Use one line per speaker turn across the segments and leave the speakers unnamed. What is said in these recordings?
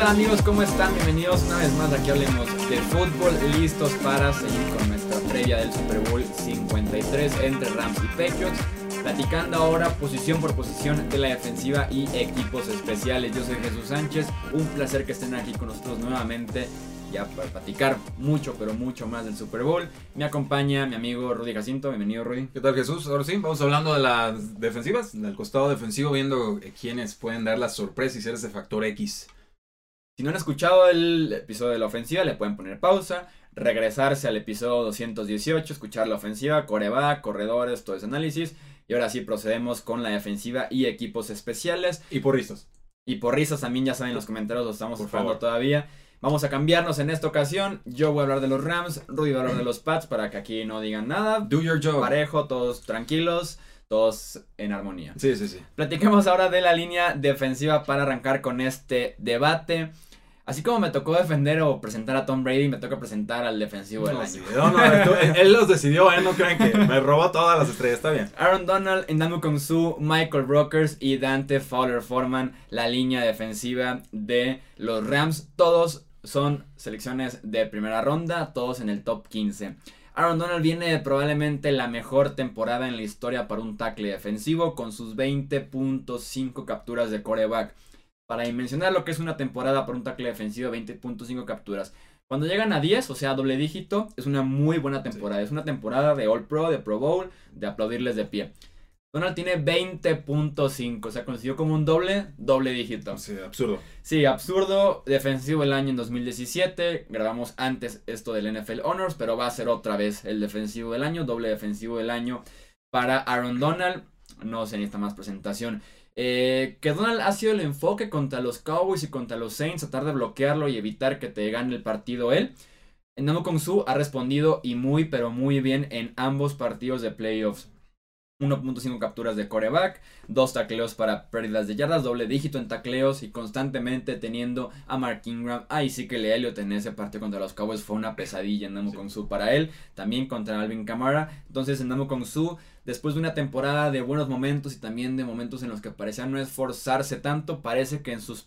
Hola amigos, ¿cómo están? Bienvenidos una vez más. Aquí hablemos de fútbol, listos para seguir con nuestra previa del Super Bowl 53 entre Rams y Patriots, platicando ahora posición por posición de la defensiva y equipos especiales. Yo soy Jesús Sánchez, un placer que estén aquí con nosotros nuevamente ya para platicar mucho, pero mucho más del Super Bowl. Me acompaña mi amigo Rudy Jacinto. Bienvenido, Rudy.
¿Qué tal, Jesús? Ahora sí, vamos hablando de las defensivas, del costado defensivo, viendo quiénes pueden dar la sorpresa y ser ese factor X.
Si no han escuchado el episodio de la ofensiva, le pueden poner pausa, regresarse al episodio 218, escuchar la ofensiva, coreback, corredores, todo ese análisis. Y ahora sí procedemos con la defensiva y equipos especiales.
Y porristas.
Y porristas también, ya saben, en los comentarios lo estamos buscando todavía. Vamos a cambiarnos en esta ocasión. Yo voy a hablar de los Rams, Rudy va a hablar de los Pats para que aquí no digan nada.
Do your job.
Parejo, todos tranquilos, todos en armonía.
Sí.
Platiquemos ahora de la línea defensiva para arrancar con este debate. Así como me tocó defender o presentar a Tom Brady, me toca presentar al defensivo del año.
Sí, él los decidió, no crean que me robó todas las estrellas, está bien.
Aaron Donald, Ndamukong Suh, Michael Brockers y Dante Fowler forman la línea defensiva de los Rams. Todos son selecciones de primera ronda, todos en el top 15. Aaron Donald viene de probablemente la mejor temporada en la historia para un tackle defensivo con sus 20.5 capturas de quarterback. Para dimensionar lo que es una temporada para un tackle defensivo, 20.5 capturas. Cuando llegan a 10, o sea, doble dígito, es una muy buena temporada. Sí. Es una temporada de All Pro, de Pro Bowl, de aplaudirles de pie. Donald tiene 20.5, o sea, consiguió como un doble dígito.
Sí, absurdo.
Sí, absurdo. Defensivo del año en 2017. Grabamos antes esto del NFL Honors, pero va a ser otra vez el defensivo del año, doble defensivo del año para Aaron Donald. No se necesita más presentación. Que Donald ha sido el enfoque contra los Cowboys y contra los Saints, tratar de bloquearlo y evitar que te gane el partido él. Ndamukong Suh ha respondido y muy pero muy bien en ambos partidos de playoffs. 1.5 capturas de quarterback, 2 tacleos para pérdidas de yardas, doble dígito en tacleos y constantemente teniendo a Mark Ingram, a Ezekiel Elliott en ese partido contra los Cowboys. Fue una pesadilla Ndamukong Suh para él, también contra Alvin Kamara. Entonces Ndamukong Suh, después de una temporada de buenos momentos y también de momentos en los que parecía no esforzarse tanto, parece que en sus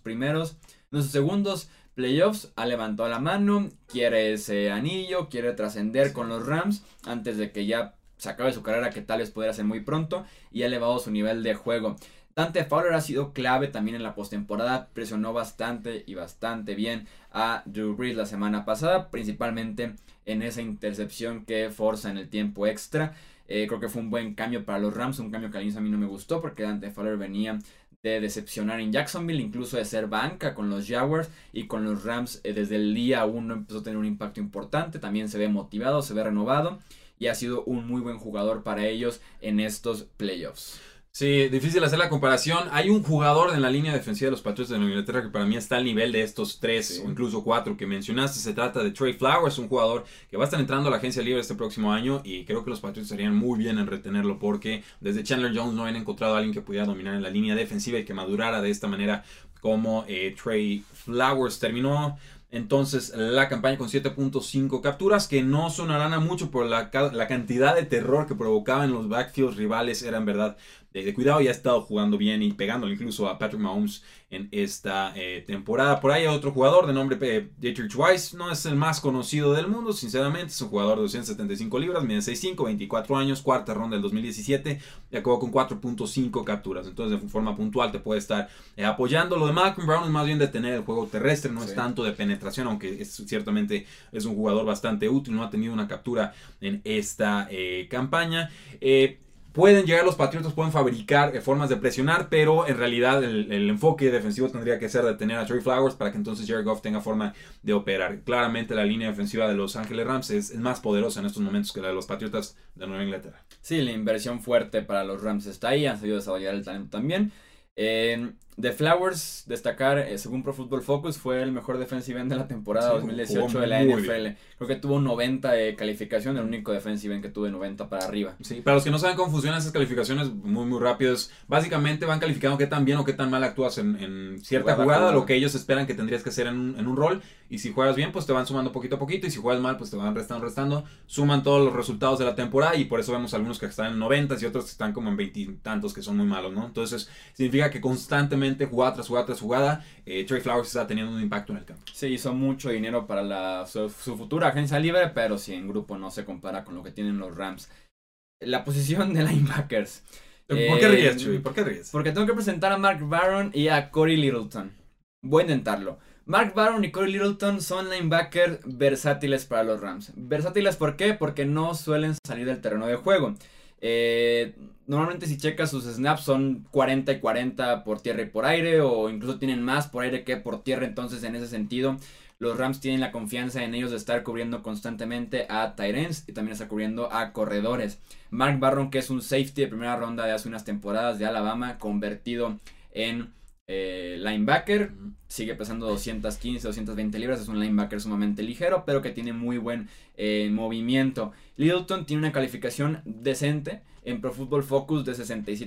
segundos playoffs ha levantado la mano, quiere ese anillo, quiere trascender con los Rams antes de que ya se acabe su carrera, que tal vez pudiera ser muy pronto, y ha elevado su nivel de juego. Dante Fowler ha sido clave también en la postemporada, presionó bastante y bastante bien a Drew Brees la semana pasada, principalmente en esa intercepción que forza en el tiempo extra. Creo que fue un buen cambio para los Rams, un cambio que al inicio a mí no me gustó porque Dante Fowler venía de decepcionar en Jacksonville, incluso de ser banca con los Jaguars, y con los Rams desde el día 1 empezó a tener un impacto importante. También se ve motivado, se ve renovado y ha sido un muy buen jugador para ellos en estos playoffs.
Sí, difícil hacer la comparación. Hay un jugador en la línea defensiva de los Patriots de Nueva Inglaterra que para mí está al nivel de estos 3 o incluso 4 que mencionaste. Se trata de Trey Flowers, un jugador que va a estar entrando a la agencia libre este próximo año y creo que los Patriots harían muy bien en retenerlo porque desde Chandler Jones no han encontrado a alguien que pudiera dominar en la línea defensiva y que madurara de esta manera como Trey Flowers. Terminó entonces la campaña con 7.5 capturas, que no sonarán a mucho por la cantidad de terror que provocaba en los backfields rivales. Era en verdad de cuidado, y ha estado jugando bien y pegándole incluso a Patrick Mahomes en esta temporada. Por ahí hay otro jugador de nombre Dietrich Wise, no es el más conocido del mundo, sinceramente. Es un jugador de 275 libras, mide 6'5", 24 años, cuarta ronda del 2017 y acabó con 4.5 capturas. Entonces de forma puntual te puede estar apoyando. Lo de Malcolm Brown es más bien de tener el juego terrestre, no es tanto de penetración, aunque ciertamente es un jugador bastante útil. No ha tenido una captura en esta campaña. Pueden llegar los Patriotas, pueden fabricar formas de presionar, pero en realidad el enfoque defensivo tendría que ser de tener a Trey Flowers para que entonces Jared Goff tenga forma de operar. Claramente la línea defensiva de Los Ángeles Rams es más poderosa en estos momentos que la de los Patriotas de Nueva Inglaterra.
Sí, la inversión fuerte para los Rams está ahí, han sabido desarrollar el talento también. De Flowers, destacar, según Pro Football Focus, fue el mejor defensive end de la temporada 2018 de la NFL. Bien. Creo que tuvo 90 de calificación, el único defensive end que tuvo 90 para arriba.
Sí, para los que no saben cómo funcionan esas calificaciones, muy rápidas, básicamente van calificando qué tan bien o qué tan mal actúas en cierta jugada, lo que ellos esperan que tendrías que hacer en un rol, y si juegas bien, pues te van sumando poquito a poquito, y si juegas mal, pues te van restando, suman todos los resultados de la temporada, y por eso vemos algunos que están en 90 y otros que están como en 20 y tantos que son muy malos, ¿no? Entonces, significa que constantemente constantemente, jugada tras jugada tras jugada, Trey Flowers está teniendo un impacto en el campo.
Sí, hizo mucho dinero para su futura agencia libre, pero sí, en grupo no se compara con lo que tienen los Rams. La posición de linebackers.
¿Por qué ríes, Chuy? ¿Por qué ríes?
Porque tengo que presentar a Mark Barron y a Corey Littleton. Voy a intentarlo. Mark Barron y Corey Littleton son linebackers versátiles para los Rams. ¿Versátiles por qué? Porque no suelen salir del terreno de juego. Normalmente si checas sus snaps son 40 y 40 por tierra y por aire, o incluso tienen más por aire que por tierra. Entonces en ese sentido los Rams tienen la confianza en ellos de estar cubriendo constantemente a tight ends y también estar cubriendo a corredores. Mark Barron, que es un safety de primera ronda de hace unas temporadas de Alabama, convertido en linebacker, sigue pesando 215, 220 libras, es un linebacker sumamente ligero, pero que tiene muy buen movimiento. Littleton tiene una calificación decente en Pro Football Focus de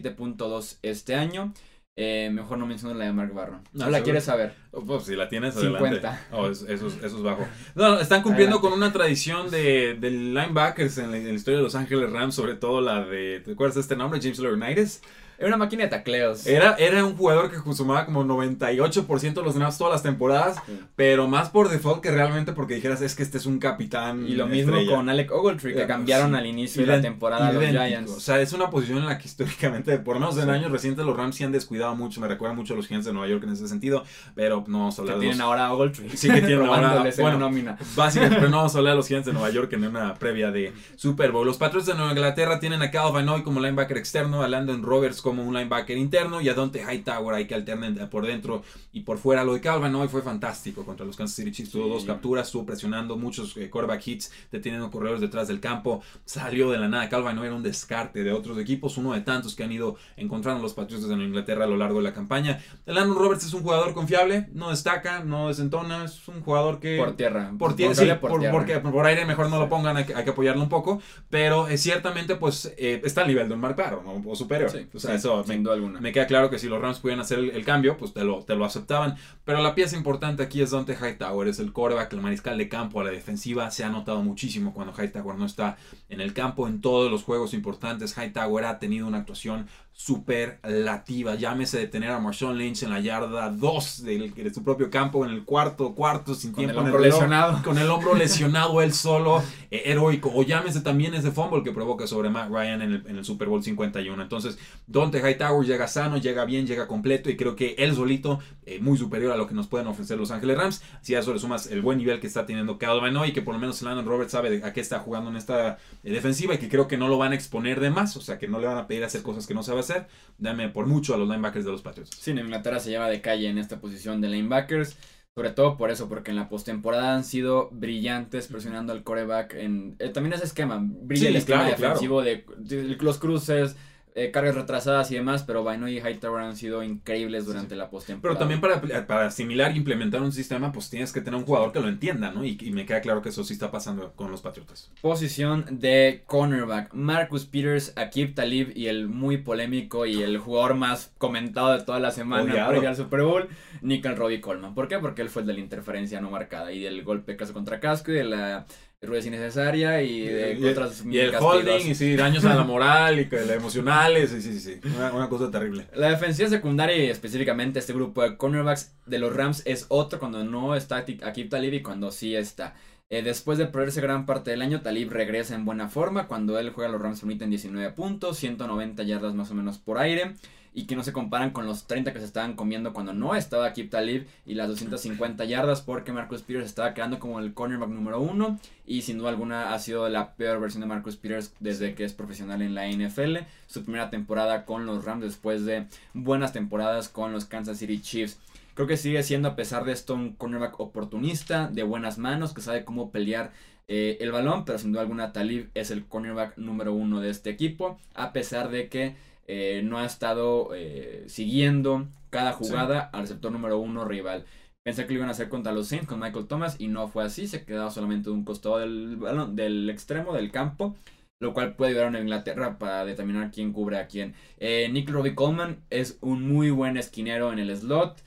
67.2 este año. Mejor no menciono la de Mark Barron. ¿No la quieres saber?
Pues si la tienes,
50.
Adelante. Oh, eso es bajo. No, están cumpliendo con una tradición de linebackers en la historia de Los Ángeles Rams, sobre todo la de, ¿te acuerdas de este nombre? James Laurinaitis.
Era una máquina de tacleos.
Era un jugador que sumaba como 98% de los snaps todas las temporadas, sí. Pero más por default que realmente porque dijeras, es que este es un capitán.
Y lo mismo estrella. Con Alec Ogletree, que cambiaron al inicio de la temporada los Giants.
O sea, es una posición en la que históricamente, por lo menos en años recientes, los Rams sí han descuidado mucho. Me recuerda mucho a los Giants de Nueva York en ese sentido, pero no vamos a hablar
de los... tienen ahora a Ogletree.
Sí que tienen ahora,
bueno, nómina.
Básicamente, pero no vamos a hablar de los Giants de Nueva York en una previa de Super Bowl. Los Patriots de Nueva Inglaterra tienen a Calvin Hoy como linebacker externo, a Landon Roberts como un linebacker interno y a Dante Hightower hay que alternen por dentro y por fuera. Lo de Calvin hoy fue fantástico contra los Kansas City Chiefs, tuvo 2 capturas, estuvo presionando muchos quarterback hits, deteniendo corredores detrás del campo, salió de la nada. Calvin hoy era un descarte de otros equipos, uno de tantos que han ido encontrando los Patriots de Nueva Inglaterra a lo largo de la campaña. Landon Roberts es un jugador confiable, no destaca, no desentona, es un jugador que...
Por tierra.
Sí, porque por aire mejor no lo pongan, hay que apoyarlo un poco, pero ciertamente pues está al nivel de un Mark Barron o superior.
Sí,
o sea, eso
sin duda alguna.
Me queda claro que si los Rams pudieran hacer el cambio, pues te lo aceptaban. Pero la pieza importante aquí es Dante Hightower, es el quarterback, el mariscal de campo a la defensiva. Se ha notado muchísimo cuando Hightower no está en el campo. En todos los juegos importantes, Hightower ha tenido una actuación superlativa. Llámese de tener a Marshawn Lynch en la yarda 2 de su propio campo, en el cuarto sin
con
tiempo
el hombro lesionado.
Con el hombro lesionado él solo, heroico. O llámese también ese fumble que provoca sobre Matt Ryan en el Super Bowl 51. Entonces, Dante Hightower llega sano, llega bien, llega completo y creo que él solito, muy superior a lo que nos pueden ofrecer los Ángeles Rams. Si a eso le sumas el buen nivel que está teniendo Calvin Hoy, que por lo menos Landon Roberts sabe a qué está jugando en esta defensiva y que creo que no lo van a exponer de más, o sea que no le van a pedir hacer cosas que no sabe hacer. Dame por mucho a los linebackers de los Patriots.
Sí, en Inglaterra se lleva de calle en esta posición de linebackers, sobre todo por eso, porque en la postemporada han sido brillantes presionando al quarterback. También ese esquema, brilla el esquema defensivo de los cruces, cargas retrasadas y demás, pero Baino y Hightower han sido increíbles durante la postemporada.
Pero también para asimilar e implementar un sistema, pues tienes que tener un jugador que lo entienda, ¿no? Y me queda claro que eso sí está pasando con los Patriotas.
Posición de cornerback, Marcus Peters, Aqib Talib y el muy polémico y el jugador más comentado de toda la semana previa al Super Bowl, Nickel Robbie Coleman. ¿Por qué? Porque él fue el de la interferencia no marcada y del golpe caso contra casco y de la ruedas innecesaria y de otras
y el castigos. Holding y sí, daños a la moral y emocionales, sí. Una cosa terrible.
La defensiva secundaria y específicamente este grupo de cornerbacks de los Rams es otro cuando no está Aqib Talib y cuando sí está. Después de perderse gran parte del año, Talib regresa en buena forma. Cuando él juega, los Rams permiten 19 puntos, 190 yardas más o menos por aire, y que no se comparan con los 30 que se estaban comiendo cuando no estaba Aqib Talib y las 250 yardas, porque Marcus Peters estaba quedando como el cornerback número 1 y sin duda alguna ha sido la peor versión de Marcus Peters desde que es profesional en la NFL. Su primera temporada con los Rams después de buenas temporadas con los Kansas City Chiefs. Creo que sigue siendo, a pesar de esto, un cornerback oportunista, de buenas manos, que sabe cómo pelear el balón, pero sin duda alguna Talib es el cornerback número 1 de este equipo, a pesar de que no ha estado siguiendo cada jugada al receptor número 1 rival. Pensé que lo iban a hacer contra los Saints con Michael Thomas y no fue así, se quedaba solamente de un costado del balón, del extremo del campo, lo cual puede ayudar a Inglaterra para determinar quién cubre a quién. Nickel Robbie Coleman es un muy buen esquinero en el slot.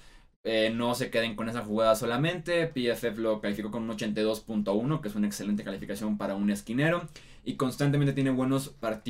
No se queden con esa jugada solamente. PFF lo calificó con un 82.1, que es una excelente calificación para un esquinero, y constantemente tiene buenos partidos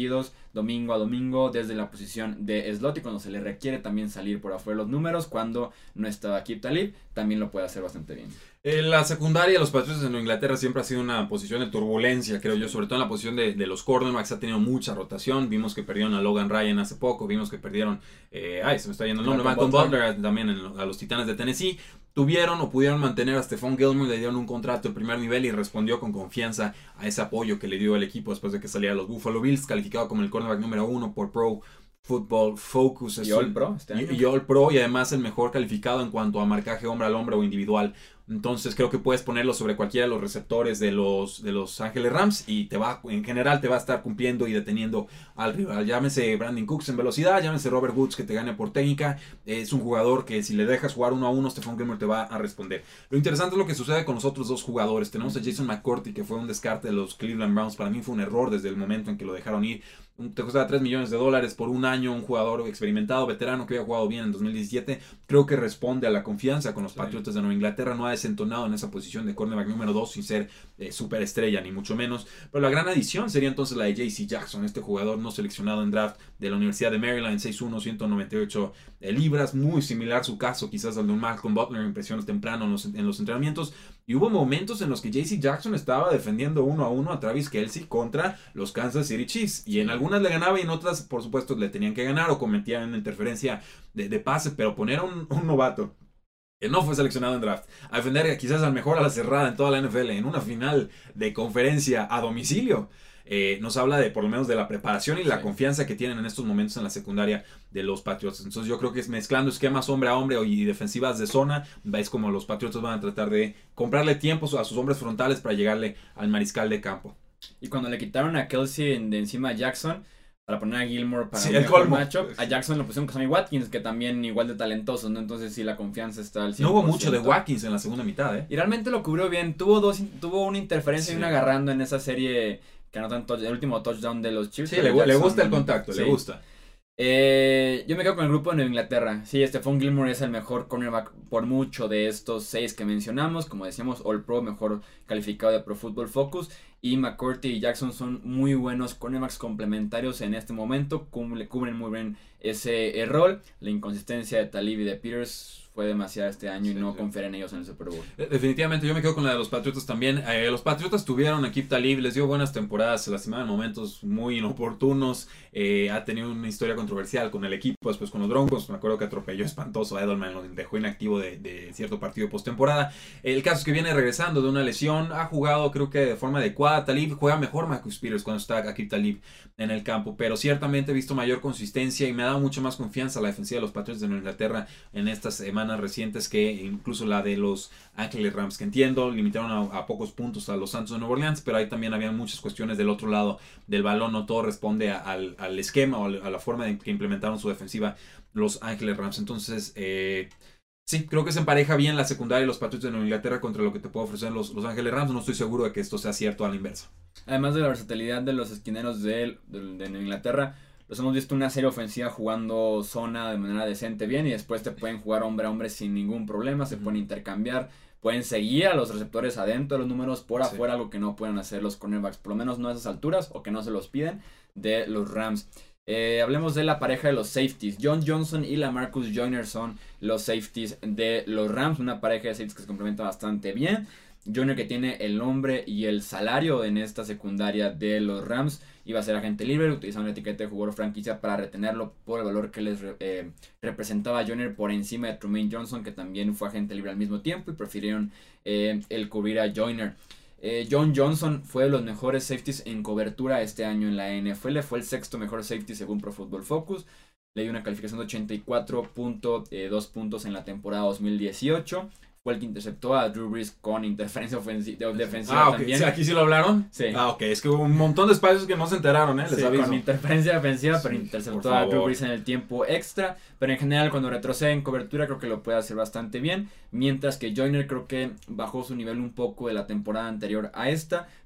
domingo a domingo desde la posición de slot, y cuando se le requiere también salir por afuera de los números, cuando no está Aqib Talib, también lo puede hacer bastante bien.
La secundaria de los Patriotas de Nueva Inglaterra siempre ha sido una posición de turbulencia, creo yo, sobre todo en la posición de los cornerbacks. Ha tenido mucha rotación. Vimos que perdieron a Logan Ryan hace poco, vimos que perdieron, se me está yendo el nombre, Malcolm Butler también a los Titanes de Tennessee. Tuvieron o pudieron mantener a Stephon Gilmore, le dieron un contrato de primer nivel y respondió con confianza a ese apoyo que le dio el equipo después de que saliera a los Buffalo Bills, calificado como el cornerback número 1 por Pro Football Focus.
Y All Pro este año.
Y All Pro, y además el mejor calificado en cuanto a marcaje hombre al hombre o individual. Entonces creo que puedes ponerlo sobre cualquiera de los receptores de los Ángeles Rams y en general te va a estar cumpliendo y deteniendo al rival. Llámese Brandon Cooks en velocidad, llámese Robert Woods que te gane por técnica. Es un jugador que si le dejas jugar 1-1, Stephon Gilmore te va a responder. Lo interesante es lo que sucede con los otros dos jugadores. Tenemos a Jason McCourty, que fue un descarte de los Cleveland Browns. Para mí fue un error desde el momento en que lo dejaron ir. Te costaba $3 millones por un año, un jugador experimentado, veterano, que había jugado bien en 2017. Creo que responde a la confianza con los Patriotas de Nueva Inglaterra. No ha desentonado en esa posición de cornerback número 2 sin ser superestrella, ni mucho menos. Pero la gran adición sería entonces la de J.C. Jackson, este jugador no seleccionado en draft de la Universidad de Maryland, 6'1", 198 libras. Muy similar su caso quizás al de un Malcolm Butler, impresiones temprano en los entrenamientos. Y hubo momentos en los que J.C. Jackson estaba defendiendo 1-1 a Travis Kelce contra los Kansas City Chiefs. Y en algunas le ganaba y en otras, por supuesto, le tenían que ganar o cometían una interferencia de pase. Pero poner a un novato que no fue seleccionado en draft a defender quizás al mejor a la cerrada en toda la NFL en una final de conferencia a domicilio, nos habla de por lo menos de la preparación y la confianza que tienen en estos momentos en la secundaria de los Patriotas. Entonces yo creo que es mezclando esquemas hombre a hombre y defensivas de zona, es como los Patriotas van a tratar de comprarle tiempo a sus hombres frontales para llegarle al mariscal de campo.
Y cuando le quitaron a Kelce de encima a Jackson para poner a Gilmore para
el colmo
matchup, a Jackson lo pusieron con Sammy Watkins, que también igual de talentoso, ¿no? Entonces sí, la confianza está al 100%.
No hubo mucho de Watkins en la segunda mitad,
Y realmente lo cubrió bien. Tuvo una interferencia y una agarrando en esa serie que anotan el último touchdown de los Chiefs.
Sí, le gusta el contacto, le gusta.
Yo me quedo con el grupo de Nueva Inglaterra. Sí, Stephon Gilmore es el mejor cornerback por mucho de estos 6 que mencionamos. Como decíamos, All Pro, mejor calificado de Pro Football Focus. Y McCourty y Jackson son muy buenos cornerbacks complementarios en este momento. Cubren muy bien ese rol. La inconsistencia de Talib y de Peters fue demasiada este año y no confiar en ellos en el Super Bowl.
Definitivamente, yo me quedo con la de los Patriotas también. Los Patriotas tuvieron a Aqib Talib, les dio buenas temporadas, se lastimaban en momentos muy inoportunos. Ha tenido una historia controversial con el equipo, después con los Broncos. Me acuerdo que atropelló espantoso a Edelman, lo dejó inactivo de cierto partido de postemporada. El caso es que viene regresando de una lesión, ha jugado creo que de forma adecuada. Talib juega mejor Marcus Peters cuando está Aqib Talib en el campo, pero ciertamente he visto mayor consistencia y me ha dado mucho más confianza la defensiva de los Patriotas de Nueva Inglaterra en estas semanas recientes que incluso la de los Ángeles Rams, que entiendo, limitaron a pocos puntos a los Santos de Nueva Orleans, pero ahí también había muchas cuestiones del otro lado del balón, no todo responde al esquema o a la forma en que implementaron su defensiva los Ángeles Rams. Entonces, sí, creo que se empareja bien la secundaria de los Patriotas de Nueva Inglaterra contra lo que te puede ofrecer los Ángeles Rams. No estoy seguro de que esto sea cierto a la inversa.
Además de la versatilidad de los esquineros de Nueva Inglaterra, los hemos visto una serie ofensiva jugando zona de manera decente bien y después te pueden jugar hombre a hombre sin ningún problema, se pueden intercambiar, pueden seguir a los receptores adentro de los números, por afuera, algo que no pueden hacer los cornerbacks, por lo menos no a esas alturas o que no se los piden de los Rams. Hablemos de la pareja de los safeties. John Johnson y LaMarcus Joyner son los safeties de los Rams, una pareja de safeties que se complementa bastante bien. Joyner, que tiene el nombre y el salario en esta secundaria de los Rams, iba a ser agente libre, utilizando la etiqueta de jugador franquicia para retenerlo por el valor que les representaba a Joyner por encima de Trumaine Johnson, que también fue agente libre al mismo tiempo, y prefirieron el cubrir a Joyner. John Johnson fue de los mejores safeties en cobertura este año en la NFL, fue el sexto mejor safety según Pro Football Focus, le dio una calificación de 84.2 puntos en la temporada 2018. Fue el que interceptó a Drew Brees con interferencia defensiva también.
Sí, ¿aquí sí lo hablaron?
Sí.
Ok, es que hubo un montón de espacios que no se enteraron, Les aviso.
Con interferencia defensiva, pero interceptó a Drew Brees en el tiempo extra. Pero en general, cuando retrocede en cobertura, creo que lo puede hacer bastante bien. Mientras que Joyner creo que bajó su nivel un poco de la temporada anterior a esta,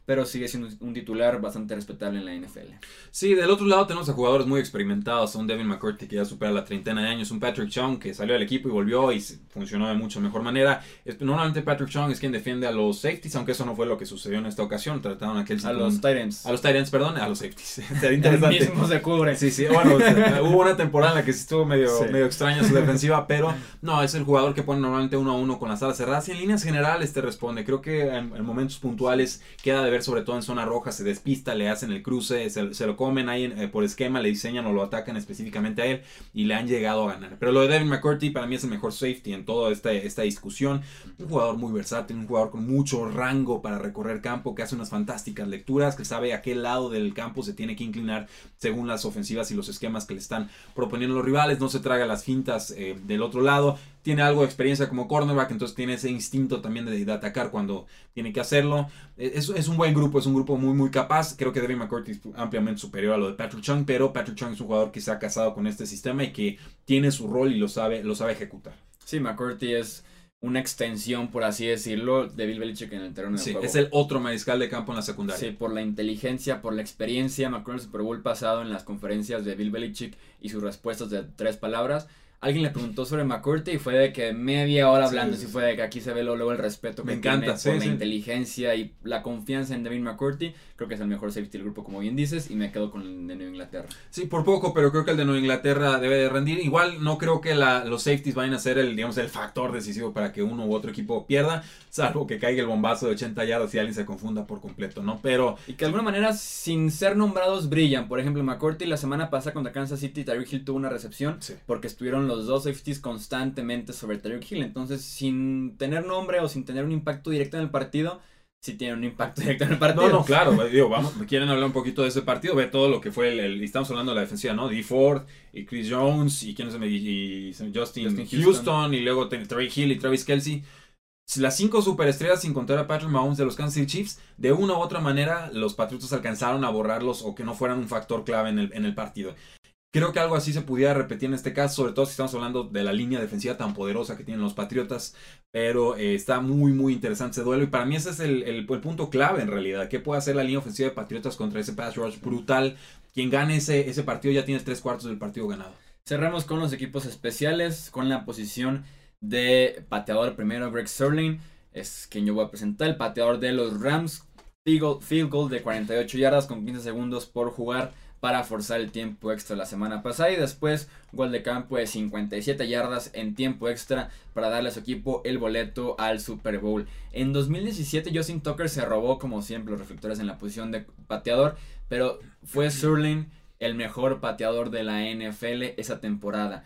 pero sigue siendo un titular bastante respetable en la NFL.
Sí, del otro lado tenemos a jugadores muy experimentados, un Devin McCourty que ya supera la treintena de años, un Patrick Chung que salió del equipo y volvió y funcionó de mucho mejor manera. Normalmente Patrick Chung es quien defiende a los safeties, aunque eso no fue lo que sucedió en esta ocasión. Trataron a Kelsey
los tight ends.
A los tight ends, perdón, a los safeties. Sería interesante.
El mismo se cubre.
Sí, sí, bueno, hubo una temporada en la que sí estuvo medio extraña su defensiva, pero no, es el jugador que pone normalmente 1-1 con las alas cerradas y en líneas generales te responde. Creo que en momentos puntuales queda de ver, sobre todo en zona roja, se despista, le hacen el cruce, se lo comen ahí por esquema, le diseñan o lo atacan específicamente a él y le han llegado a ganar. Pero lo de Devin McCourty para mí es el mejor safety en toda esta discusión. Un jugador muy versátil, un jugador con mucho rango para recorrer campo, que hace unas fantásticas lecturas, que sabe a qué lado del campo se tiene que inclinar según las ofensivas y los esquemas que le están proponiendo los rivales. No se traga las fintas del otro lado. Tiene algo de experiencia como cornerback, entonces tiene ese instinto también de atacar cuando tiene que hacerlo. Es un buen grupo, es un grupo muy muy capaz. Creo que Devin McCourty es ampliamente superior a lo de Patrick Chung, pero Patrick Chung es un jugador que se ha casado con este sistema y que tiene su rol y lo sabe ejecutar.
Sí, McCourty es una extensión, por así decirlo, de Bill Belichick en el terreno de juego.
Es el otro mariscal de campo en la secundaria.
Sí, por la inteligencia, por la experiencia. Me acuerdo el Super Bowl pasado en las conferencias de Bill Belichick y sus respuestas de 3 palabras. Alguien le preguntó sobre McCourty y fue de que media hora hablando, sí, fue de que aquí se ve luego el respeto que tiene por la inteligencia y la confianza en Devin McCourty. Creo que es el mejor safety del grupo, como bien dices, y me quedo con el de Nueva Inglaterra.
Sí, por poco, pero creo que el de Nueva Inglaterra debe de rendir. Igual no creo que los safeties vayan a ser el factor decisivo para que uno u otro equipo pierda, salvo que caiga el bombazo de 80 yardas y alguien se confunda por completo, ¿no? Pero...
Y que de alguna manera, sin ser nombrados, brillan. Por ejemplo, McCourty la semana pasada contra Kansas City, Tyreek Hill tuvo una recepción porque estuvieron los dos safeties constantemente sobre Tyreek Hill. Entonces, sin tener nombre o sin tener un impacto directo en el partido, sí tienen un impacto directo en el partido.
No, claro, digo, quieren hablar un poquito de ese partido, ve todo lo que fue estamos hablando de la defensiva, ¿no? Dee Ford y Chris Jones y Justin Houston y luego Tyreek Hill y Travis Kelce. Las 5 superestrellas, sin contar a Patrick Mahomes de los Kansas City Chiefs, de una u otra manera los Patriotas alcanzaron a borrarlos o que no fueran un factor clave en el partido. Creo que algo así se pudiera repetir en este caso, sobre todo si estamos hablando de la línea defensiva tan poderosa que tienen los Patriotas, pero está muy muy interesante ese duelo y para mí ese es el punto clave en realidad. ¿Qué puede hacer la línea ofensiva de Patriotas contra ese pass rush brutal? Quien gane ese partido ya tiene 3/4 del partido ganado.
Cerramos con los equipos especiales, con la posición de pateador primero. Greg Zuerlein es quien yo voy a presentar, el pateador de los Rams. Field goal de 48 yardas con 15 segundos por jugar para forzar el tiempo extra la semana pasada y después gol de campo de 57 yardas en tiempo extra para darle a su equipo el boleto al Super Bowl. En 2017 Justin Tucker se robó como siempre los reflectores en la posición de pateador, pero fue Zuerlein el mejor pateador de la NFL esa temporada.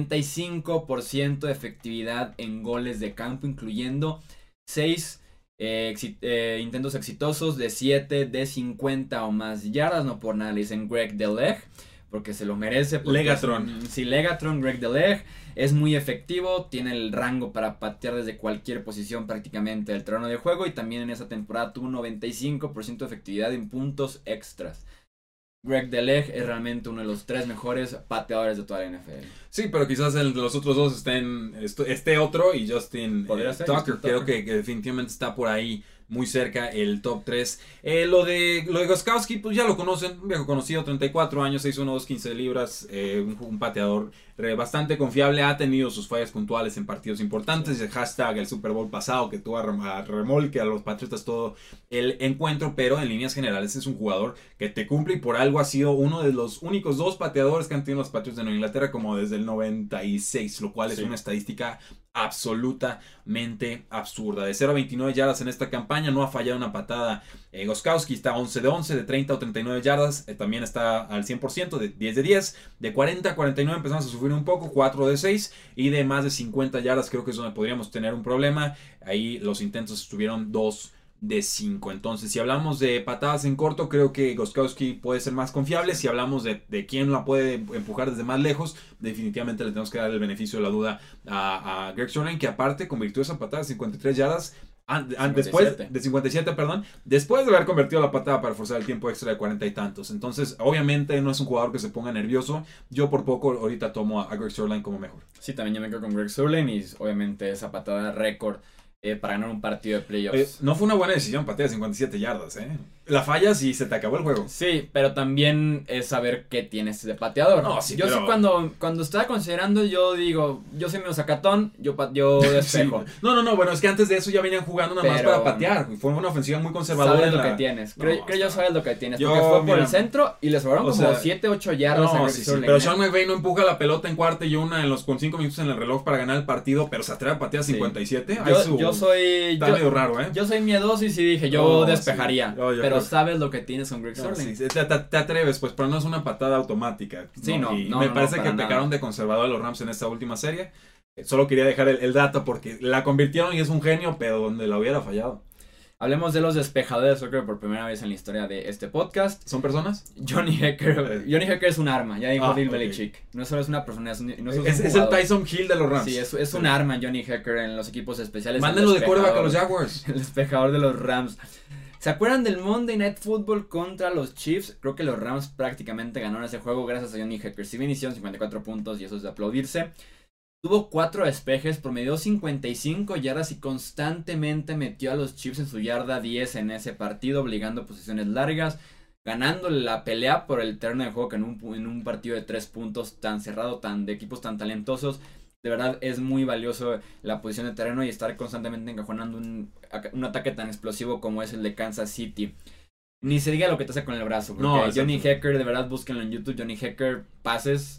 95% de efectividad en goles de campo, incluyendo 6 intentos exitosos de 7 de 50 o más yardas. No por nada le dicen Greg the Leg, porque se lo merece.
Legatron.
Sí, Legatron, Greg the Leg. Es muy efectivo, tiene el rango para patear desde cualquier posición prácticamente del terreno de juego. Y también en esa temporada tuvo un 95% de efectividad en puntos extras. Greg the Leg es realmente uno de los 3 mejores pateadores de toda la NFL.
Sí, pero quizás entre los otros dos esté otro y Justin Tucker. Creo que definitivamente está por ahí muy cerca el top 3. Lo de Gostkowski, pues ya lo conocen, un viejo conocido, 34 años, 6'1", 215 libras, un pateador bastante confiable, ha tenido sus fallas puntuales en partidos importantes, el hashtag el Super Bowl pasado que tuvo a remolque a los Patriotas todo el encuentro, pero en líneas generales es un jugador que te cumple y por algo ha sido uno de los únicos 2 pateadores que han tenido los Patriots de Nueva Inglaterra como desde el 96, lo cual es una estadística absolutamente absurda. De 0 a 29 yardas en esta campaña, no ha fallado una patada. Gostkowski está 11 de 11, de 30 o 39 yardas, también está al 100%, de 10 de 10, de 40 a 49 empezamos a sufrir un poco, 4 de 6, y de más de 50 yardas creo que es donde podríamos tener un problema. Ahí los intentos estuvieron 2 de 5. Entonces, si hablamos de patadas en corto, creo que Gostkowski puede ser más confiable. Si hablamos de quién la puede empujar desde más lejos, definitivamente le tenemos que dar el beneficio de la duda a Greg Zuerlein, que aparte convirtió esa patada de 53 yardas después de 57, perdón, después de haber convertido la patada para forzar el tiempo extra de 40 y tantos. Entonces, obviamente no es un jugador que se ponga nervioso. Yo por poco ahorita tomo a Greg Zuerlein como mejor.
Sí, también yo me quedo con Greg Zuerlein y obviamente esa patada récord para ganar un partido de playoffs.
No fue una buena decisión patear 57 yardas, La fallas y se te acabó el juego.
Sí, pero también es saber qué tienes de pateador.
No, sí,
yo
pero...
sí cuando estaba considerando, yo digo, yo soy medio sacatón, yo despejo.
Sí. No, bueno, es que antes de eso ya venían jugando nada más para patear. Fue una ofensiva muy conservadora.
Sabes lo que tienes. Creo yo sabes lo que tienes. Porque fue por el centro y les sobraron como 7, 8 yardas.
No, sí, pero Sean McVay no empuja la pelota en cuarta y una con 5 minutos en el reloj para ganar el partido, pero se atreve a patear 57.
Yo soy...
Está medio raro,
Yo soy miedoso y sí dije, yo despejaría. Pero sabes lo que tienes con Greg Sterling.
Sí, te atreves, pues, pero no es una patada automática.
Sí, no.
Me parece que pecaron de conservador a los Rams en esta última serie. Solo quería dejar el dato porque la convirtieron y es un genio, pero donde la hubiera fallado.
Hablemos de los despejadores de soccer por primera vez en la historia de este podcast.
¿Son personas?
Johnny Hekker es un arma, ya dijo Bill Belichick. No solo es una persona, es
el Tyson Hill de los Rams.
Sí, es un arma Johnny Hekker en los equipos especiales.
Mándenlo de quarterback a los Jaguars.
El despejador de los Rams. ¿Se acuerdan del Monday Night Football contra los Chiefs? Creo que los Rams prácticamente ganaron ese juego gracias a Johnny Hekker. Si bien hicieron 54 puntos y eso es de aplaudirse. Tuvo 4 despejes, promedió 55 yardas y constantemente metió a los Chiefs en su yarda 10 en ese partido, obligando posiciones largas, ganando la pelea por el terreno de juego que en un partido de 3 puntos tan cerrado, de equipos tan talentosos. De verdad es muy valioso la posición de terreno y estar constantemente encajonando un ataque tan explosivo como es el de Kansas City. Ni se diga lo que te hace con el brazo. Porque Johnny Hekker, de verdad, búsquenlo en YouTube. Johnny Hekker, pases,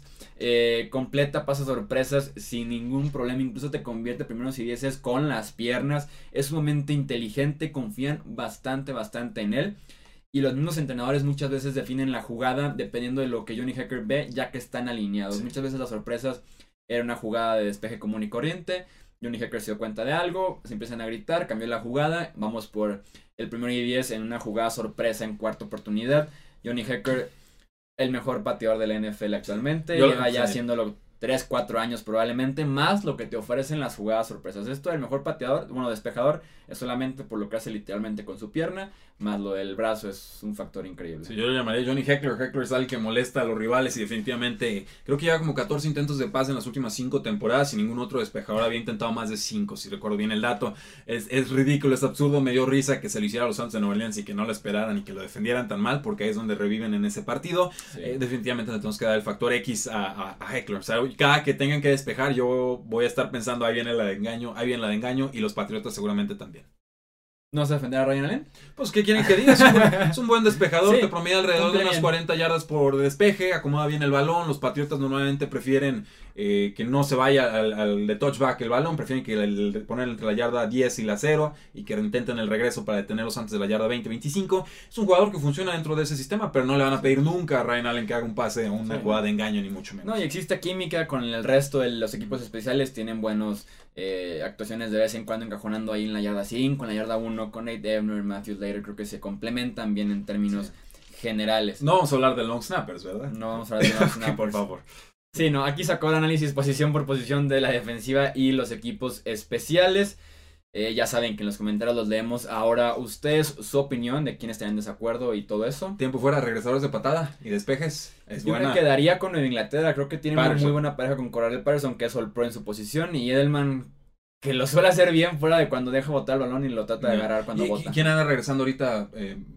completa pases sorpresas sin ningún problema. Incluso te convierte primeros y 10 con las piernas. Es sumamente inteligente, confían bastante en él. Y los mismos entrenadores muchas veces definen la jugada dependiendo de lo que Johnny Hekker ve, ya que están alineados. Sí. Muchas veces las sorpresas era una jugada de despeje común y corriente. Johnny Hekker se dio cuenta de algo, se empiezan a gritar, cambió la jugada, vamos por el primero y 10 en una jugada sorpresa en cuarta oportunidad. Johnny Hekker, el mejor pateador de la NFL actualmente, lleva ya haciéndolo 3-4 años probablemente, más lo que te ofrecen las jugadas sorpresas. Esto del mejor pateador, despejador, es solamente por lo que hace literalmente con su pierna, más lo del brazo es un factor increíble.
Sí, yo lo llamaría Johnny Hekker. Hekker es alguien que molesta a los rivales y definitivamente creo que lleva como 14 intentos de pase en las últimas 5 temporadas y ningún otro despejador había intentado más de 5, si recuerdo bien el dato. Es ridículo, es absurdo, me dio risa que se lo hiciera a los Santos de Nueva Orleans y que no lo esperaran y que lo defendieran tan mal, porque ahí es donde reviven en ese partido. Sí. Definitivamente le tenemos que dar el factor X a Hekker. O sea, cada que tengan que despejar yo voy a estar pensando ahí viene la de engaño y los Patriotas seguramente también.
¿No vas a defender a Ryan Allen?
Pues, ¿qué quieren que diga? Es un buen despejador, sí, te promedia alrededor de unas 40 yardas por despeje, acomoda bien el balón. Los Patriotas normalmente prefieren que no se vaya al de touchback el balón, prefieren que poner entre la yarda 10 y la 0 y que intenten el regreso para detenerlos antes de la yarda 20-25. Es un jugador que funciona dentro de ese sistema, pero no le van a pedir nunca a Ryan Allen que haga un pase o una jugada de engaño, ni mucho menos.
No, y existe química con el resto de los equipos especiales, tienen buenos actuaciones de vez en cuando encajonando ahí en la yarda 5, en la yarda 1 con Nate Ebner, Matthew Slater, creo que se complementan bien en términos generales.
No vamos a hablar de long snappers, ¿verdad?
No vamos a hablar de long snappers.
Por favor.
Sí, no, aquí sacó el análisis posición por posición de la defensiva y los equipos especiales. Ya saben que en los comentarios los leemos. Ahora ustedes, su opinión de quién está en desacuerdo y todo eso.
Tiempo fuera, regresadores de patada y despejes.
Yo me quedaría con Nueva Inglaterra. Creo que tiene una muy buena pareja con Cordarrelle Patterson, que es All Pro en su posición. Y Edelman, que lo suele hacer bien fuera de cuando deja botar el balón y lo trata de agarrar cuando bota.
¿Quién anda regresando ahorita?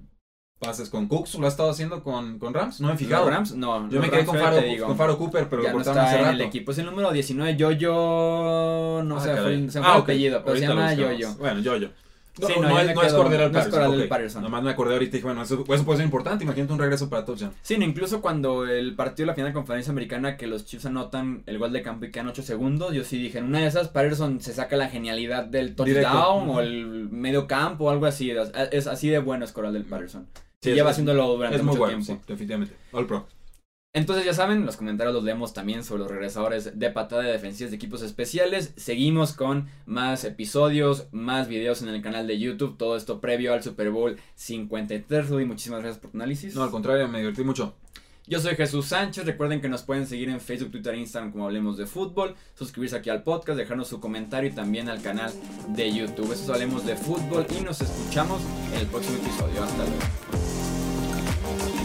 Pases con Cooks, lo ha estado haciendo con Rams, no me he fijado.
Rams, no.
Yo me quedé con Faro Cooper, pero
ya lo cortaron hace rato. El equipo es el número 19, Yo-Yo, no sé, fue el apellido, pero se llama Yo-Yo.
Bueno, Yo-Yo.
Sí, no es Cordarrelle
Patterson. Nomás me acordé ahorita y dije, bueno, eso puede ser importante, imagínate un regreso para touchdown.
Sí, no, incluso cuando el partido de la final de conferencia americana que los Chiefs anotan el gol de campo y quedan 8 segundos, yo sí dije, en una de esas Patterson se saca la genialidad del touchdown o el medio campo o algo así, es así de bueno es Cordarrelle Patterson. Sí, lleva haciéndolo durante mucho tiempo.
Sí, definitivamente. All Pro.
Entonces ya saben, los comentarios los leemos también sobre los regresadores de patada de defensivas de equipos especiales. Seguimos con más episodios, más videos en el canal de YouTube. Todo esto previo al Super Bowl 53. Rudy, muchísimas gracias por tu análisis.
No, al contrario, me divertí mucho.
Yo soy Jesús Sánchez, recuerden que nos pueden seguir en Facebook, Twitter e Instagram como Hablemos de Fútbol, suscribirse aquí al podcast, dejarnos su comentario y también al canal de YouTube. Eso es Hablemos de Fútbol y nos escuchamos en el próximo episodio. Hasta luego.